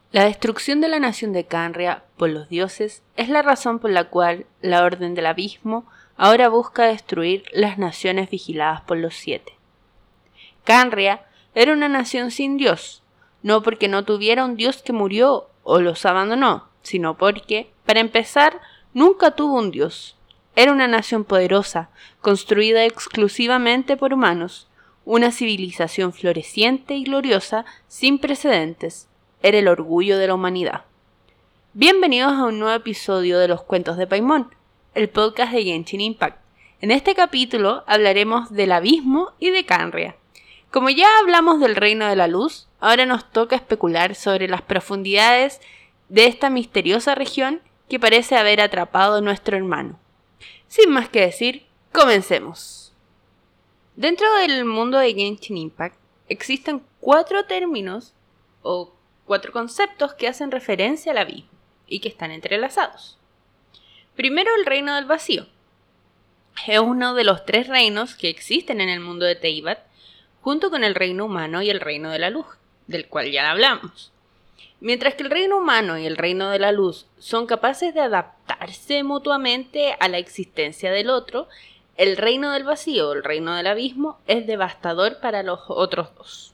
La destrucción de la nación de Canria por los dioses es la razón por la cual la Orden del Abismo ahora busca destruir las naciones vigiladas por los 7. Canria era una nación sin dios, no porque no tuviera un dios que murió o los abandonó, sino porque, para empezar, nunca tuvo un dios. Era una nación poderosa, construida exclusivamente por humanos, una civilización floreciente y gloriosa sin precedentes. Era el orgullo de la humanidad. Bienvenidos a un nuevo episodio de Los Cuentos de Paimon, el podcast de Genshin Impact. En este capítulo hablaremos del abismo y de Canria. Como ya hablamos del Reino de la Luz, ahora nos toca especular sobre las profundidades de esta misteriosa región que parece haber atrapado a nuestro hermano. Sin más que decir, comencemos. Dentro del mundo de Genshin Impact existen 4 términos o 4 conceptos que hacen referencia al abismo y que están entrelazados. Primero, el reino del vacío. Es uno de los 3 reinos que existen en el mundo de Teyvat, junto con el reino humano y el reino de la luz, del cual ya hablamos. Mientras que el reino humano y el reino de la luz son capaces de adaptarse mutuamente a la existencia del otro, el reino del vacío o el reino del abismo es devastador para los otros dos.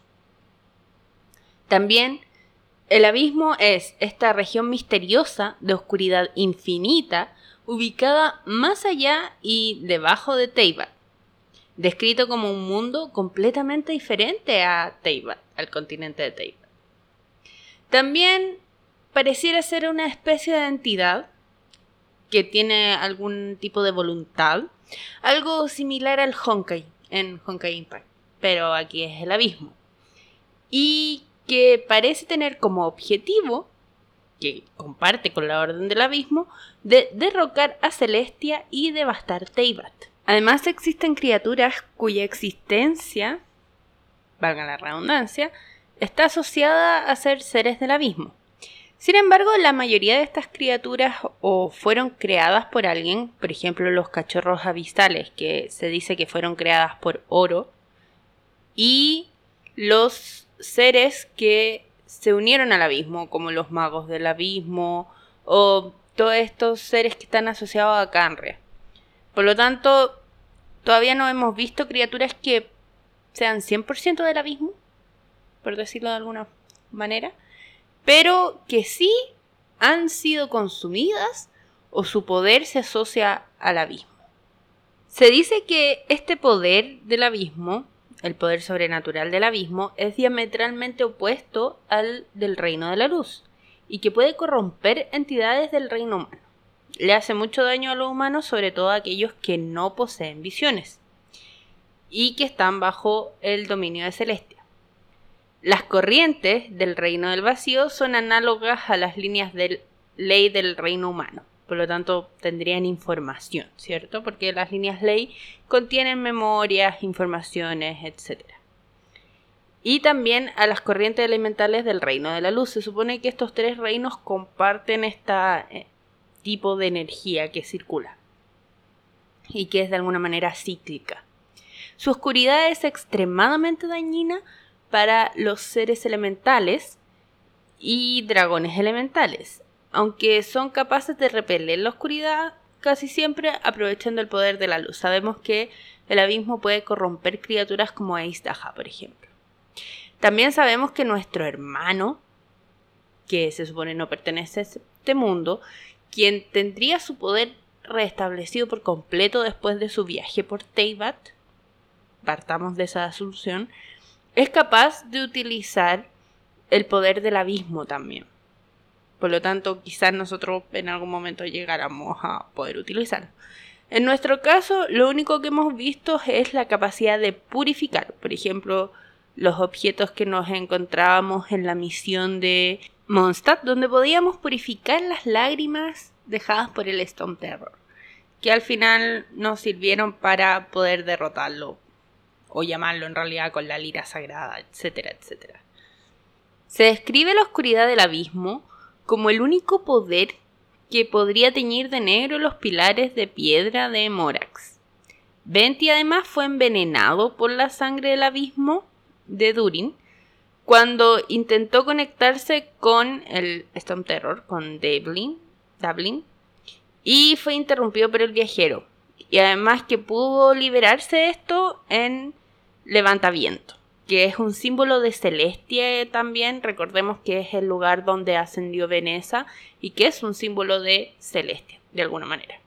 También, el abismo es esta región misteriosa de oscuridad infinita ubicada más allá y debajo de Teyvat, descrito como un mundo completamente diferente a Teyvat, al continente de Teyvat. También pareciera ser una especie de entidad que tiene algún tipo de voluntad, algo similar al Honkai en Honkai Impact, pero aquí es el abismo, y que parece tener como objetivo, que comparte con la Orden del Abismo, de derrocar a Celestia y devastar Teyvat. Además existen criaturas cuya existencia, valga la redundancia, está asociada a ser seres del abismo. Sin embargo, la mayoría de estas criaturas o fueron creadas por alguien, por ejemplo los cachorros abisales, que se dice que fueron creadas por Oro, y los seres que se unieron al abismo, como los magos del abismo, o todos estos seres que están asociados a Canria. Por lo tanto, todavía no hemos visto criaturas que sean 100% del abismo, por decirlo de alguna manera, pero que sí han sido consumidas o su poder se asocia al abismo. Se dice que este poder del abismo, el poder sobrenatural del abismo, es diametralmente opuesto al del reino de la luz y que puede corromper entidades del reino humano. Le hace mucho daño a los humanos, sobre todo a aquellos que no poseen visiones y que están bajo el dominio de Celestia. Las corrientes del reino del vacío son análogas a las líneas de ley del reino humano. Por lo tanto, tendrían información, ¿cierto? Porque las líneas ley contienen memorias, informaciones, etc. Y también a las corrientes elementales del reino de la luz. Se supone que estos 3 reinos comparten este tipo de energía que circula y que es de alguna manera cíclica. Su oscuridad es extremadamente dañina para los seres elementales y dragones elementales, aunque son capaces de repeler la oscuridad casi siempre aprovechando el poder de la luz. Sabemos que el abismo puede corromper criaturas como Aizdaha, por ejemplo. También sabemos que nuestro hermano, que se supone no pertenece a este mundo, quien tendría su poder restablecido por completo después de su viaje por Teyvat, partamos de esa asunción, es capaz de utilizar el poder del abismo también. Por lo tanto, quizás nosotros en algún momento llegáramos a poder utilizarlo. En nuestro caso, lo único que hemos visto es la capacidad de purificar. Por ejemplo, los objetos que nos encontrábamos en la misión de Mondstadt, donde podíamos purificar las lágrimas dejadas por el Stone Terror, que al final nos sirvieron para poder derrotarlo, o llamarlo en realidad con la lira sagrada, etcétera, etcétera. Se describe la oscuridad del abismo como el único poder que podría teñir de negro los pilares de piedra de Morax. Venti además fue envenenado por la sangre del abismo de Durin, cuando intentó conectarse con el Storm Terror, con Dublin, y fue interrumpido por el viajero. Y además que pudo liberarse de esto en Levantaviento, que es un símbolo de Celestia también. Recordemos que es el lugar donde ascendió Veneza y que es un símbolo de Celestia, de alguna manera.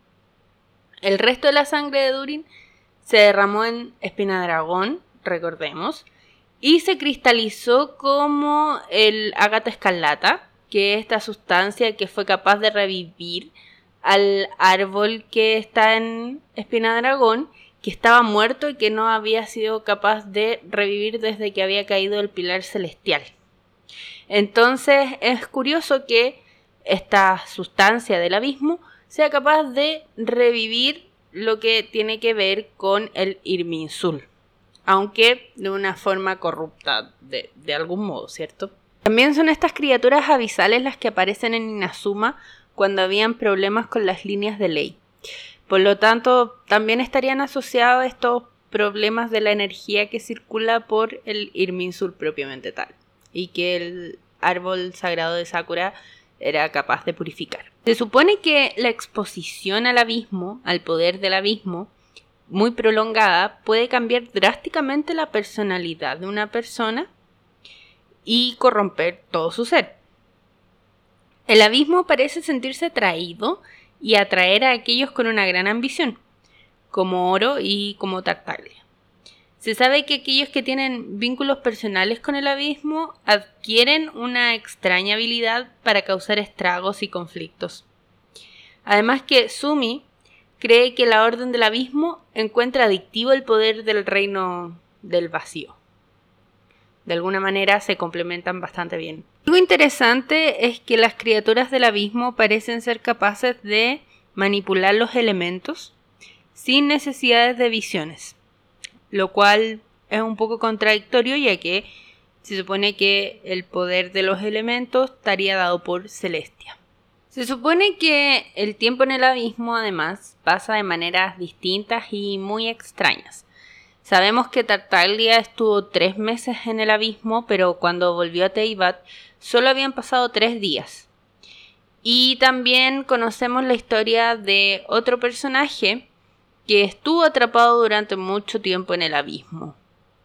El resto de la sangre de Durin se derramó en Espinadragón, recordemos, y se cristalizó como el ágata escarlata, que es esta sustancia que fue capaz de revivir al árbol que está en Espinadragón, que estaba muerto y que no había sido capaz de revivir desde que había caído el pilar celestial. Entonces es curioso que esta sustancia del abismo sea capaz de revivir lo que tiene que ver con el Irminsul, aunque de una forma corrupta de algún modo, ¿cierto? También son estas criaturas abisales las que aparecen en Inazuma cuando habían problemas con las líneas de ley. Por lo tanto, también estarían asociados a estos problemas de la energía que circula por el Irminsul propiamente tal, y que el árbol sagrado de Sakura era capaz de purificar. Se supone que la exposición al abismo, al poder del abismo, muy prolongada, puede cambiar drásticamente la personalidad de una persona y corromper todo su ser. El abismo parece sentirse atraído y atraer a aquellos con una gran ambición, como Oro y como Tartaglia. Se sabe que aquellos que tienen vínculos personales con el abismo adquieren una extraña habilidad para causar estragos y conflictos. Además que Sumi cree que la Orden del Abismo encuentra adictivo el poder del reino del vacío. De alguna manera se complementan bastante bien. Algo interesante es que las criaturas del abismo parecen ser capaces de manipular los elementos sin necesidades de visiones, lo cual es un poco contradictorio, ya que se supone que el poder de los elementos estaría dado por Celestia. Se supone que el tiempo en el abismo además pasa de maneras distintas y muy extrañas. Sabemos que Tartaglia estuvo 3 meses en el abismo, pero cuando volvió a Teyvat solo habían pasado 3 días. Y también conocemos la historia de otro personaje que estuvo atrapado durante mucho tiempo en el abismo.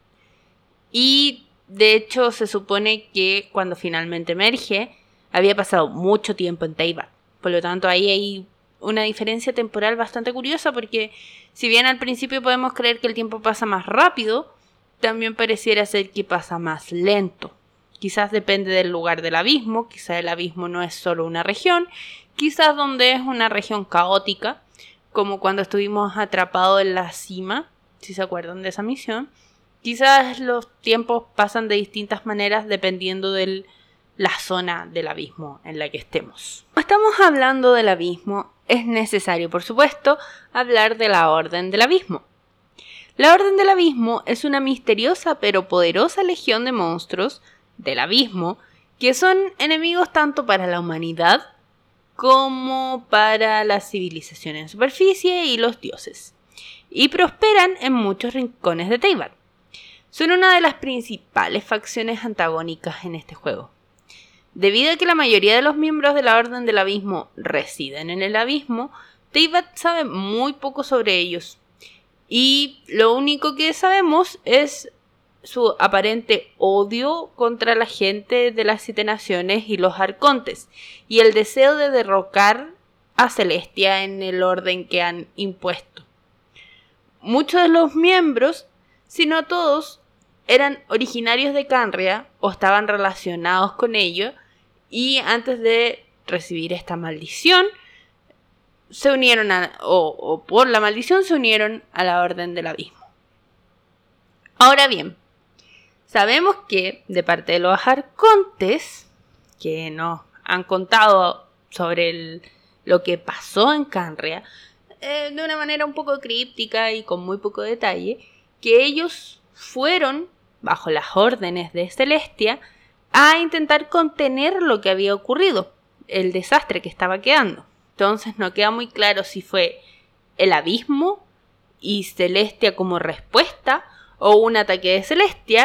Y de hecho se supone que cuando finalmente emerge había pasado mucho tiempo en Teyvat. Por lo tanto ahí hay una diferencia temporal bastante curiosa, porque si bien al principio podemos creer que el tiempo pasa más rápido, también pareciera ser que pasa más lento. Quizás depende del lugar del abismo, quizás el abismo no es solo una región, quizás donde es una región caótica, como cuando estuvimos atrapados en la cima, si se acuerdan de esa misión. Quizás los tiempos pasan de distintas maneras dependiendo de la zona del abismo en la que estemos. Como estamos hablando del abismo, es necesario, por supuesto, hablar de la Orden del Abismo. La Orden del Abismo es una misteriosa pero poderosa legión de monstruos del abismo que son enemigos tanto para la humanidad como para las civilizaciones en superficie y los dioses, y prosperan en muchos rincones de Teyvat. Son una de las principales facciones antagónicas en este juego. Debido a que la mayoría de los miembros de la Orden del Abismo residen en el abismo, Teyvat sabe muy poco sobre ellos. Y lo único que sabemos es su aparente odio contra la gente de las 7 naciones y los arcontes, y el deseo de derrocar a Celestia en el orden que han impuesto. Muchos de los miembros, si no todos, eran originarios de Canria o estaban relacionados con ello, y antes de recibir esta maldición se unieron o por la maldición se unieron a la Orden del Abismo. Ahora bien, sabemos que de parte de los arcontes, que nos han contado sobre lo que pasó en Canria, de una manera un poco críptica y con muy poco detalle, que ellos fueron, bajo las órdenes de Celestia, a intentar contener lo que había ocurrido, el desastre que estaba quedando. Entonces no queda muy claro si fue el abismo y Celestia como respuesta, o un ataque de Celestia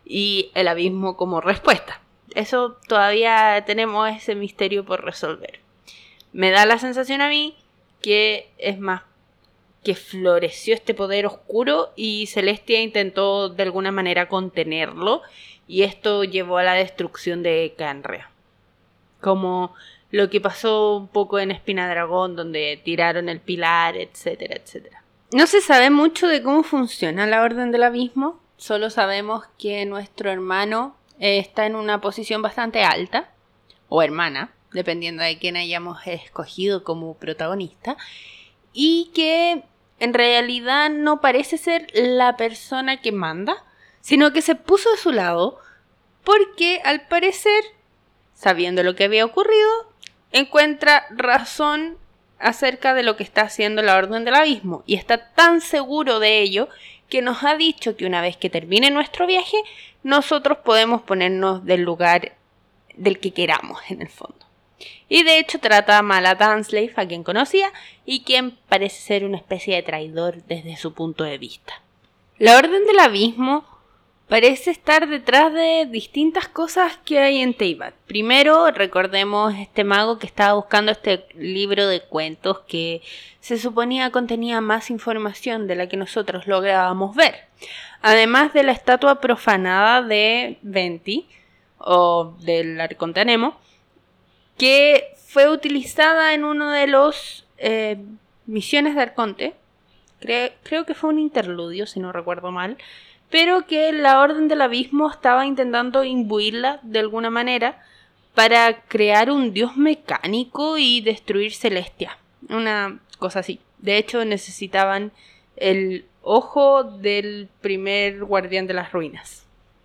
y el abismo como respuesta. Eso todavía tenemos ese misterio por resolver. Me da la sensación a mí que es más que floreció este poder oscuro y Celestia intentó de alguna manera contenerlo y esto llevó a la destrucción de Canrea. Como lo que pasó un poco en Espina Dragón, donde tiraron el pilar, etcétera, etcétera. No se sabe mucho de cómo funciona la Orden del Abismo, solo sabemos que nuestro hermano está en una posición bastante alta, o hermana, dependiendo de quién hayamos escogido como protagonista, y que en realidad no parece ser la persona que manda, sino que se puso de su lado porque al parecer, sabiendo lo que había ocurrido, encuentra razón acerca de lo que está haciendo la Orden del Abismo y está tan seguro de ello que nos ha dicho que una vez que termine nuestro viaje, nosotros podemos ponernos del lugar del que queramos en el fondo. Y de hecho trata mal a Dunslave, a quien conocía, y quien parece ser una especie de traidor desde su punto de vista. La Orden del Abismo parece estar detrás de distintas cosas que hay en Teyvat. Primero, recordemos este mago que estaba buscando este libro de cuentos que se suponía contenía más información de la que nosotros lográbamos ver. Además de la estatua profanada de Venti, o del Arconte Anemo, que fue utilizada en uno de los misiones de Arconte. Creo que fue un interludio, si no recuerdo mal, pero que la Orden del Abismo estaba intentando imbuirla de alguna manera para crear un dios mecánico y destruir Celestia. Una cosa así. De hecho, necesitaban el ojo del primer guardián de las ruinas.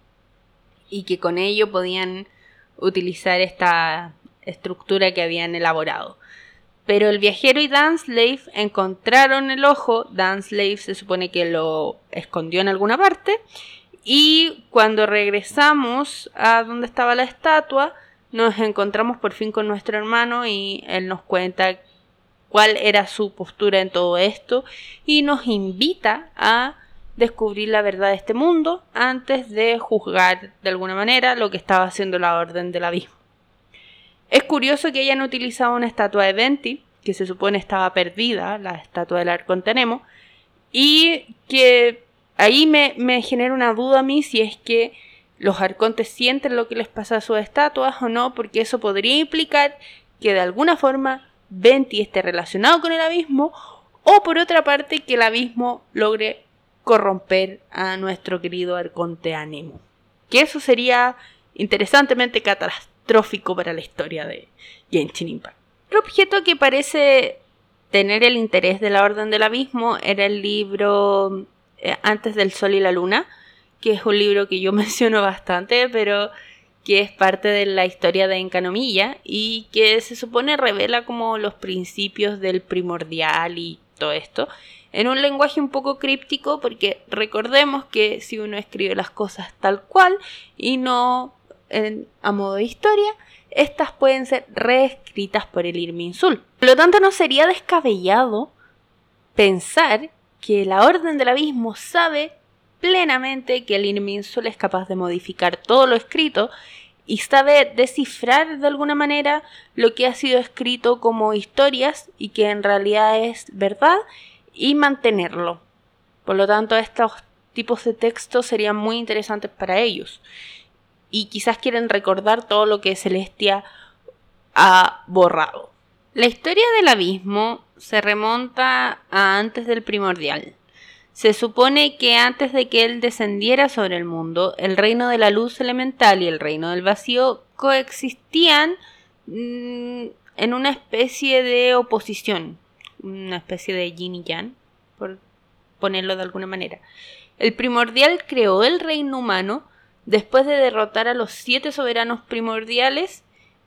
Y que con ello podían utilizar esta estructura que habían elaborado. Pero el viajero y Dunslave encontraron el ojo. Dunslave se supone que lo escondió en alguna parte. Y cuando regresamos a donde estaba la estatua, nos encontramos por fin con nuestro hermano y él nos cuenta cuál era su postura en todo esto y nos invita a descubrir la verdad de este mundo antes de juzgar de alguna manera lo que estaba haciendo la Orden del Abismo. Es curioso que hayan utilizado una estatua de Venti, que se supone estaba perdida, la estatua del Arconte Anemo, y que ahí me genera una duda a mí si es que los arcontes sienten lo que les pasa a sus estatuas o no, porque eso podría implicar que de alguna forma Venti esté relacionado con el abismo, o por otra parte que el abismo logre corromper a nuestro querido Arconte Anemo. Que eso sería interesantemente catastrófico para la historia de Genshin Impact. Otro objeto que parece tener el interés de la Orden del Abismo era el libro Antes del Sol y la Luna, que es un libro que yo menciono bastante, pero que es parte de la historia de Enkanomiya y que se supone revela como los principios del primordial y todo esto, en un lenguaje un poco críptico, porque recordemos que si uno escribe las cosas tal cual y no a modo de historia, estas pueden ser reescritas por el Irminsul. Por lo tanto, no sería descabellado pensar que la Orden del Abismo sabe plenamente que el Irminsul es capaz de modificar todo lo escrito y sabe descifrar de alguna manera lo que ha sido escrito como historias y que en realidad es verdad y mantenerlo. Por lo tanto, estos tipos de textos serían muy interesantes para ellos. Y quizás quieren recordar todo lo que Celestia ha borrado. La historia del abismo se remonta a antes del primordial. Se supone que antes de que él descendiera sobre el mundo, el reino de la luz elemental y el reino del vacío coexistían en una especie de oposición, una especie de yin y yang, por ponerlo de alguna manera. El primordial creó el reino humano después de derrotar a los 7 soberanos primordiales,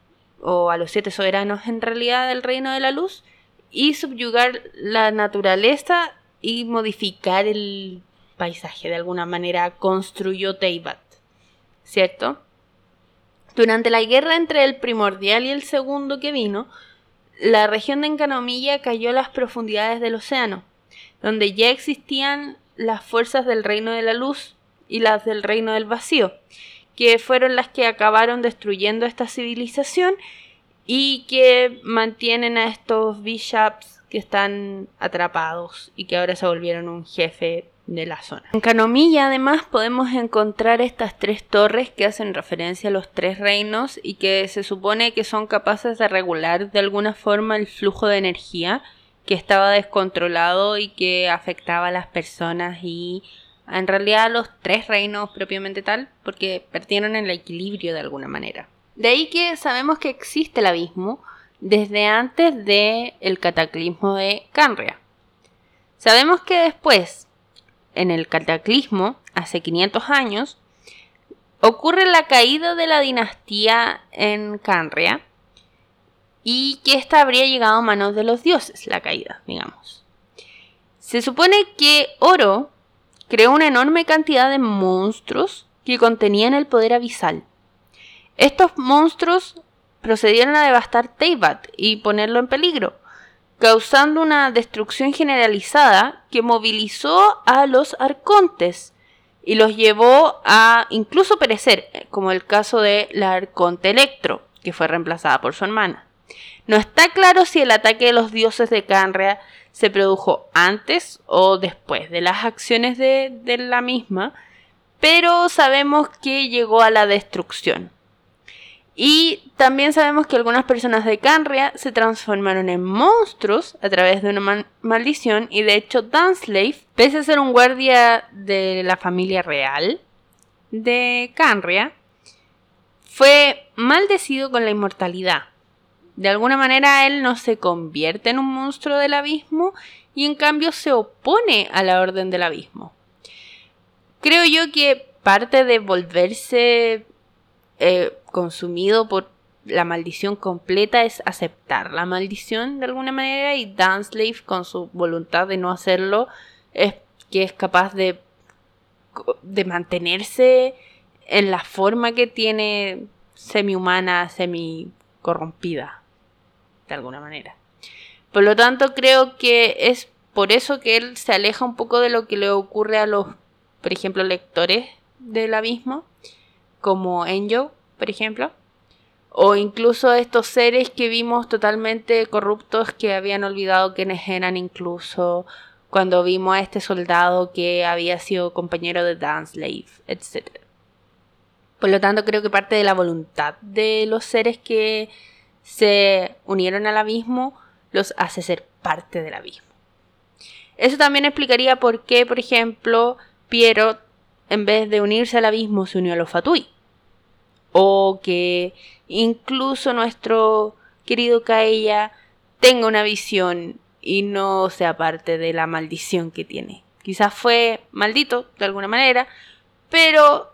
o a los 7 soberanos en realidad del reino de la luz, y subyugar la naturaleza y modificar el paisaje. De alguna manera construyó Teyvat, ¿cierto? Durante la guerra entre el primordial y el segundo que vino, la región de Enkanomiya cayó a las profundidades del océano, donde ya existían las fuerzas del reino de la luz y las del Reino del Vacío, que fueron las que acabaron destruyendo esta civilización y que mantienen a estos bishops que están atrapados y que ahora se volvieron un jefe de la zona. En Canomilla además podemos encontrar estas 3 torres que hacen referencia a los 3 reinos y que se supone que son capaces de regular de alguna forma el flujo de energía que estaba descontrolado y que afectaba a las personas y en realidad a los 3 reinos propiamente tal, porque perdieron el equilibrio de alguna manera. De ahí que sabemos que existe el abismo desde antes del cataclismo de Canria. Sabemos que después, en el cataclismo, hace 500 años, ocurre la caída de la dinastía en Canria y que esta habría llegado a manos de los dioses, la caída, digamos. Se supone que Oro creó una enorme cantidad de monstruos que contenían el poder abisal. Estos monstruos procedieron a devastar Teyvat y ponerlo en peligro, causando una destrucción generalizada que movilizó a los arcontes y los llevó a incluso perecer, como el caso de la arconte Electro, que fue reemplazada por su hermana. No está claro si el ataque de los dioses de Canria se produjo antes o después de las acciones de la misma, pero sabemos que llegó a la destrucción. Y también sabemos que algunas personas de Canria se transformaron en monstruos a través de una maldición y de hecho Dunslave, pese a ser un guardia de la familia real de Canria, fue maldecido con la inmortalidad. De alguna manera él no se convierte en un monstruo del abismo y en cambio se opone a la orden del abismo. Creo yo que parte de volverse consumido por la maldición completa es aceptar la maldición de alguna manera, y Dunslave, con su voluntad de no hacerlo, es que es capaz de mantenerse en la forma que tiene, semi-humana, semi-corrompida de alguna manera. Por lo tanto, creo que es por eso que él se aleja un poco de lo que le ocurre a los, por ejemplo, lectores del abismo, como Enjo, por ejemplo, o incluso estos seres que vimos totalmente corruptos que habían olvidado quiénes eran, incluso cuando vimos a este soldado que había sido compañero de Dunslave, etc. Por lo tanto, creo que parte de la voluntad de los seres que se unieron al abismo los hace ser parte del abismo. Eso también explicaría por qué, por ejemplo, Pierrot, en vez de unirse al abismo, se unió a los Fatui. O que incluso nuestro querido Kaella tenga una visión y no sea parte de la maldición que tiene. Quizás fue maldito de alguna manera, pero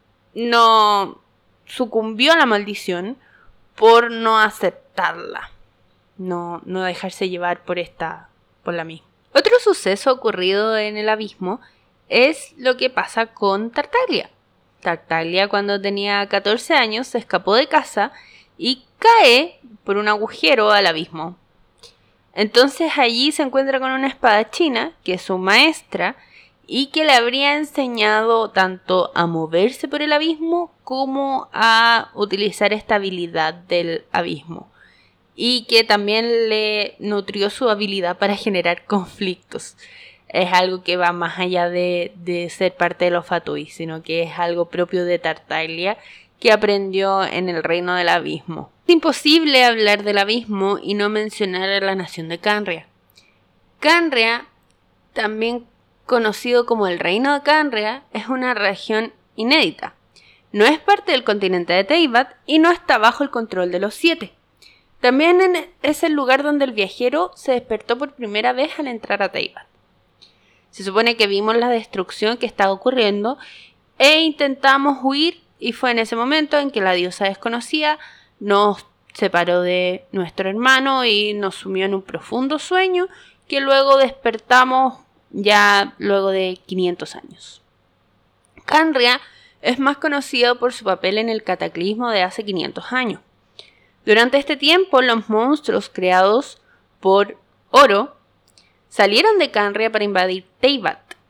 no sucumbió a la maldición por no aceptarla, no dejarse llevar por la misma. Otro suceso ocurrido en el abismo es lo que pasa con Tartaglia. Tartaglia, cuando tenía 14 años, se escapó de casa y cae por un agujero al abismo. Entonces allí se encuentra con una espadachina, que es su maestra, y que le habría enseñado tanto a moverse por el abismo como a utilizar esta habilidad del abismo, y que también le nutrió su habilidad para generar conflictos. Es algo que va más allá de ser parte de los Fatui, sino que es algo propio de Tartaglia que aprendió en el reino del abismo. Es imposible hablar del abismo y no mencionar a la nación de Canria. Canria, también conocido como el Reino de Canria, es una región inédita. No es parte del continente de Teyvat y no está bajo el control de los 7. También es el lugar donde el viajero se despertó por primera vez al entrar a Teyvat. Se supone que vimos la destrucción que estaba ocurriendo e intentamos huir, y fue en ese momento en que la diosa desconocida nos separó de nuestro hermano y nos sumió en un profundo sueño que luego despertamos ya luego de 500 años. Canria es más conocido por su papel en el cataclismo de hace 500 años. Durante este tiempo, los monstruos creados por Oro salieron de Canria para invadir Teyvat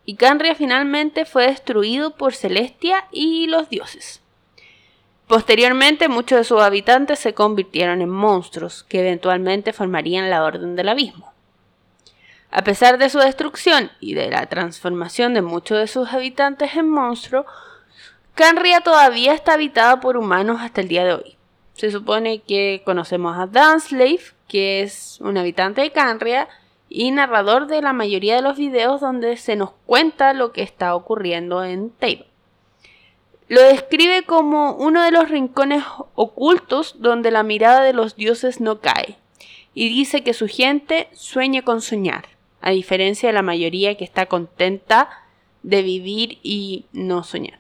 y Canria finalmente fue destruido por Celestia y los dioses. Posteriormente, muchos de sus habitantes se convirtieron en monstruos, que eventualmente formarían la Orden del Abismo. A pesar de su destrucción y de la transformación de muchos de sus habitantes en monstruos, Canria todavía está habitada por humanos hasta el día de hoy. Se supone que conocemos a Dunslave, que es un habitante de Canria y narrador de la mayoría de los videos donde se nos cuenta lo que está ocurriendo en Teyvat. Lo describe como uno de los rincones ocultos donde la mirada de los dioses no cae, y dice que su gente sueña con soñar, a diferencia de la mayoría que está contenta de vivir y no soñar.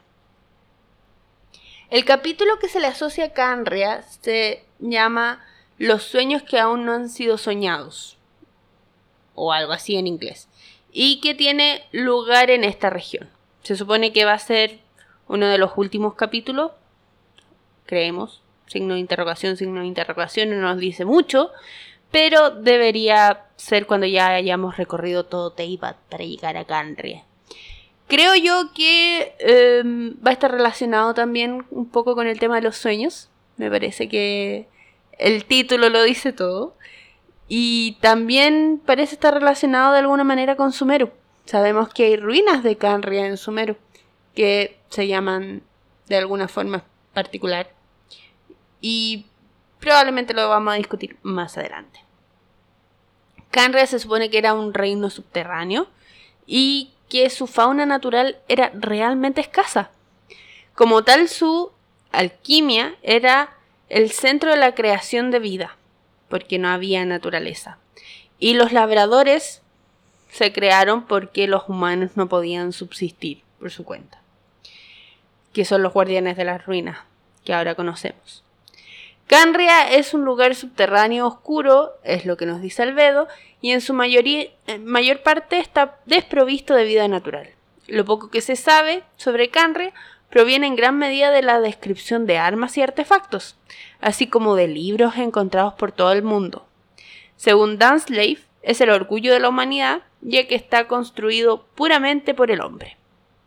El capítulo que se le asocia a Canria se llama Los sueños que aún no han sido soñados, o algo así en inglés, y que tiene lugar en esta región. Se supone que va a ser uno de los últimos capítulos, creemos, signo de interrogación, no nos dice mucho, pero debería ser cuando ya hayamos recorrido todo Teyvat para llegar a Canria. Creo yo que va a estar relacionado también un poco con el tema de los sueños. Me parece que el título lo dice todo. Y también parece estar relacionado de alguna manera con Sumeru. Sabemos que hay ruinas de Canria en Sumeru, que se llaman de alguna forma particular. Y probablemente lo vamos a discutir más adelante. Canria se supone que era un reino subterráneo y que su fauna natural era realmente escasa. Como tal, su alquimia era el centro de la creación de vida, porque no había naturaleza. Y los labradores se crearon porque los humanos no podían subsistir por su cuenta, que son los guardianes de las ruinas que ahora conocemos. Canria es un lugar subterráneo oscuro, es lo que nos dice Albedo, y en su mayor parte está desprovisto de vida natural. Lo poco que se sabe sobre Canria proviene en gran medida de la descripción de armas y artefactos, así como de libros encontrados por todo el mundo. Según Dunslave, es el orgullo de la humanidad, ya que está construido puramente por el hombre,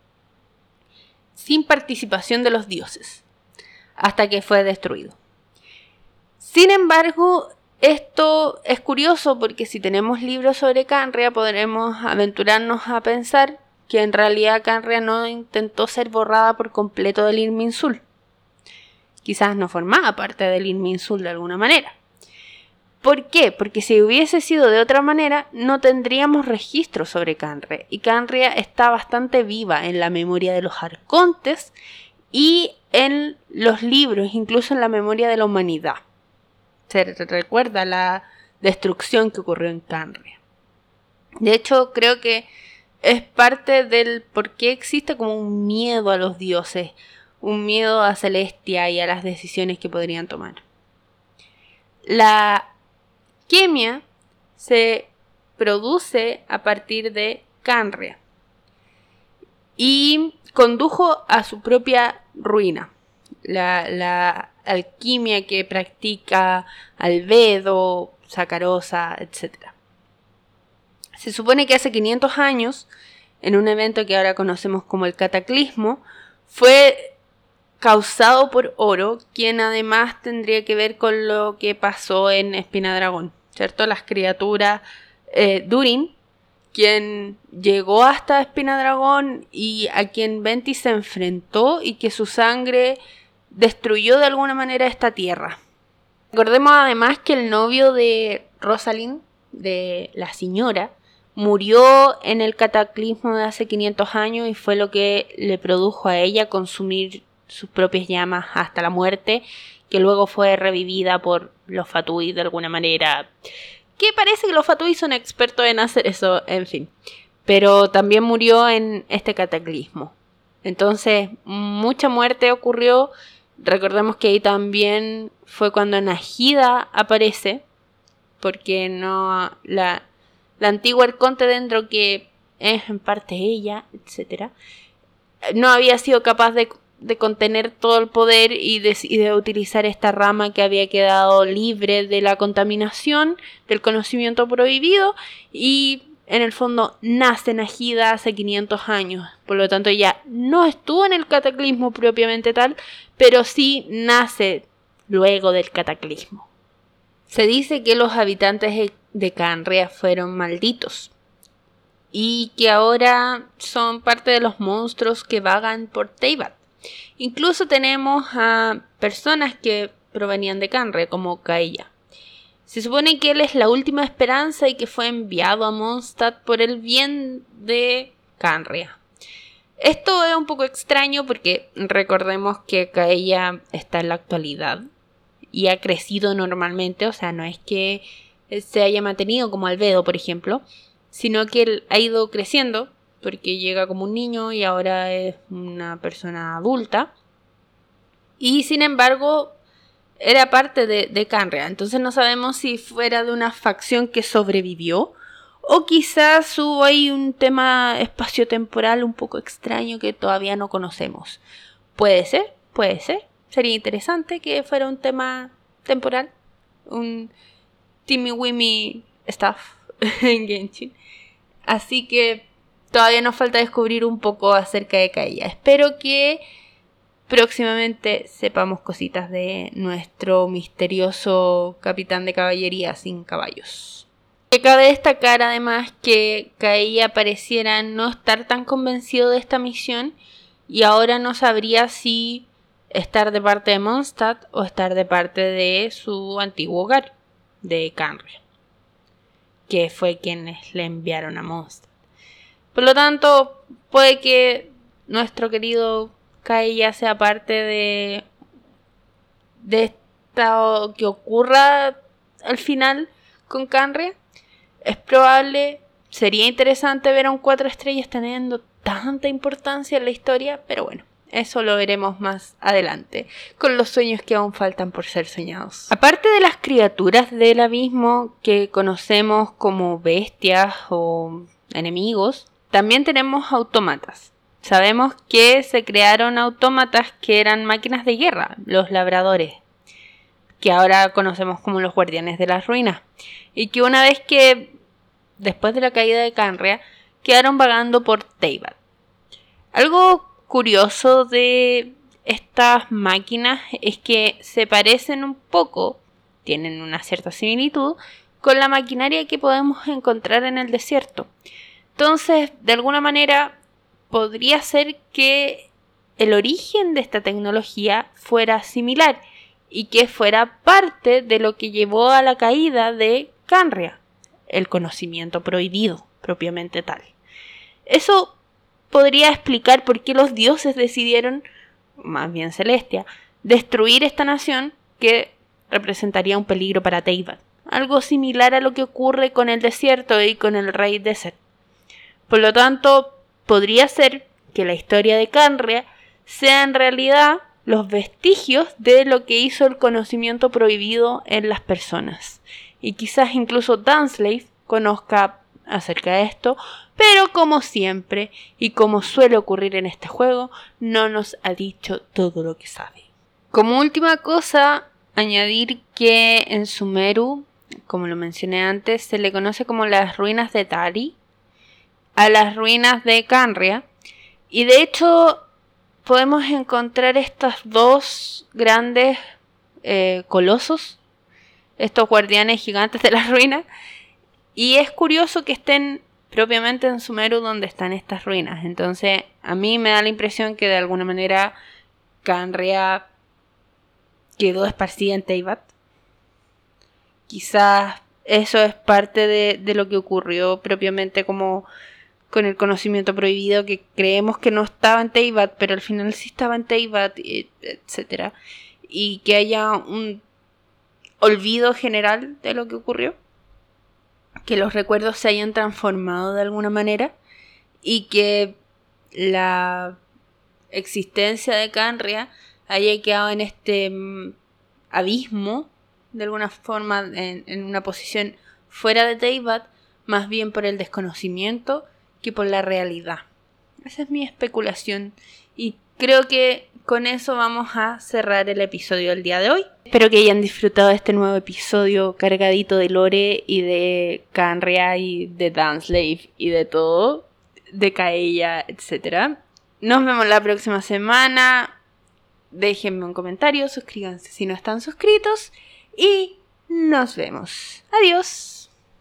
sin participación de los dioses, hasta que fue destruido. Sin embargo, esto es curioso porque si tenemos libros sobre Canria podremos aventurarnos a pensar que en realidad Canria no intentó ser borrada por completo del Irminsul. Quizás no formaba parte del Irminsul de alguna manera. ¿Por qué? Porque si hubiese sido de otra manera no tendríamos registros sobre Canria, y Canria está bastante viva en la memoria de los arcontes y en los libros, incluso en la memoria de la humanidad. Se recuerda la destrucción que ocurrió en Canria. De hecho, creo que es parte del por qué existe como un miedo a los dioses, un miedo a Celestia y a las decisiones que podrían tomar. La alquimia se produce a partir de Canria y condujo a su propia ruina. La alquimia que practica Albedo, Sakarosa, etc. Se supone que hace 500 años, en un evento que ahora conocemos como el Cataclismo, fue causado por Oro, quien además tendría que ver con lo que pasó en Espinadragón, ¿cierto? Las criaturas Durin, quien llegó hasta Espinadragón y a quien Venti se enfrentó y que su sangre destruyó de alguna manera esta tierra. Recordemos además que el novio de Rosalind, de la señora, murió en el cataclismo de hace 500 años y fue lo que le produjo a ella consumir sus propias llamas hasta la muerte, que luego fue revivida por los Fatui de alguna manera. Que parece que los Fatui son expertos en hacer eso, en fin. Pero también murió en este cataclismo. Entonces, mucha muerte ocurrió. Recordemos que ahí también fue cuando Najida aparece, porque no la antigua arconte dentro, que es en parte ella, etc., no había sido capaz de contener todo el poder y de utilizar esta rama que había quedado libre de la contaminación, del conocimiento prohibido, y en el fondo nace Najida hace 500 años. Por lo tanto, ella no estuvo en el cataclismo propiamente tal, pero sí nace luego del cataclismo. Se dice que los habitantes de Canrea fueron malditos y que ahora son parte de los monstruos que vagan por Teyvat. Incluso tenemos a personas que provenían de Canrea, como Kaeya. Se supone que él es la última esperanza y que fue enviado a Mondstadt por el bien de Canrea. Esto es un poco extraño porque recordemos que Kaeya está en la actualidad y ha crecido normalmente, o sea, no es que se haya mantenido como Albedo, por ejemplo, sino que él ha ido creciendo porque llega como un niño y ahora es una persona adulta. Y sin embargo, era parte de Canrea. Entonces no sabemos si fuera de una facción que sobrevivió o quizás hubo ahí un tema espaciotemporal un poco extraño que todavía no conocemos. Puede ser. Sería interesante que fuera un tema temporal. Un timmy-wimmy stuff en Genshin. Así que todavía nos falta descubrir un poco acerca de Kaeya. Espero que próximamente sepamos cositas de nuestro misterioso capitán de caballería sin caballos. Cabe destacar además que Kaeya pareciera no estar tan convencido de esta misión y ahora no sabría si estar de parte de Mondstadt o estar de parte de su antiguo hogar, de Canrea, que fue quienes le enviaron a Mondstadt. Por lo tanto, puede que nuestro querido Kaeya sea parte de esto que ocurra al final con Canrea. Es probable, sería interesante ver a un 4 estrellas teniendo tanta importancia en la historia, pero bueno, eso lo veremos más adelante, con los sueños que aún faltan por ser soñados. Aparte de las criaturas del abismo que conocemos como bestias o enemigos, también tenemos autómatas. Sabemos que se crearon autómatas que eran máquinas de guerra, los labradores, que ahora conocemos como los guardianes de las ruinas, y que una vez que, después de la caída de Canrea, quedaron vagando por Teyvat. Algo curioso de estas máquinas es que se parecen un poco, tienen una cierta similitud, con la maquinaria que podemos encontrar en el desierto. Entonces, de alguna manera, podría ser que el origen de esta tecnología fuera similar y que fuera parte de lo que llevó a la caída de Canrea, el conocimiento prohibido, propiamente tal. Eso podría explicar por qué los dioses decidieron, más bien Celestia, destruir esta nación que representaría un peligro para Teyvat. Algo similar a lo que ocurre con el desierto y con el rey Desert. Por lo tanto, podría ser que la historia de Canrea sea en realidad los vestigios de lo que hizo el conocimiento prohibido en las personas. Y quizás incluso Dunslave conozca acerca de esto, pero como siempre y como suele ocurrir en este juego, no nos ha dicho todo lo que sabe. Como última cosa, añadir que en Sumeru, como lo mencioné antes, se le conoce como las ruinas de Tali, a las ruinas de Canrea, y de hecho podemos encontrar estos dos grandes colosos, estos guardianes gigantes de las ruinas, y es curioso que estén propiamente en Sumeru donde están estas ruinas. Entonces a mí me da la impresión que de alguna manera Canrea quedó esparcida en Teyvat. Quizás eso es parte de lo que ocurrió propiamente como con el conocimiento prohibido, que creemos que no estaba en Teyvat, pero al final sí estaba en Teyvat, etc. Y que haya un olvido general de lo que ocurrió, que los recuerdos se hayan transformado de alguna manera y que la existencia de Canrea haya quedado en este abismo, de alguna forma en una posición fuera de Teyvat, más bien por el desconocimiento que por la realidad. Esa es mi especulación y creo que con eso vamos a cerrar el episodio del día de hoy. Espero que hayan disfrutado de este nuevo episodio cargadito de lore y de Khaenri'ah y de Dunslave y de todo, de Kaella, etc. Nos vemos la próxima semana. Déjenme un comentario, suscríbanse si no están suscritos y nos vemos. Adiós.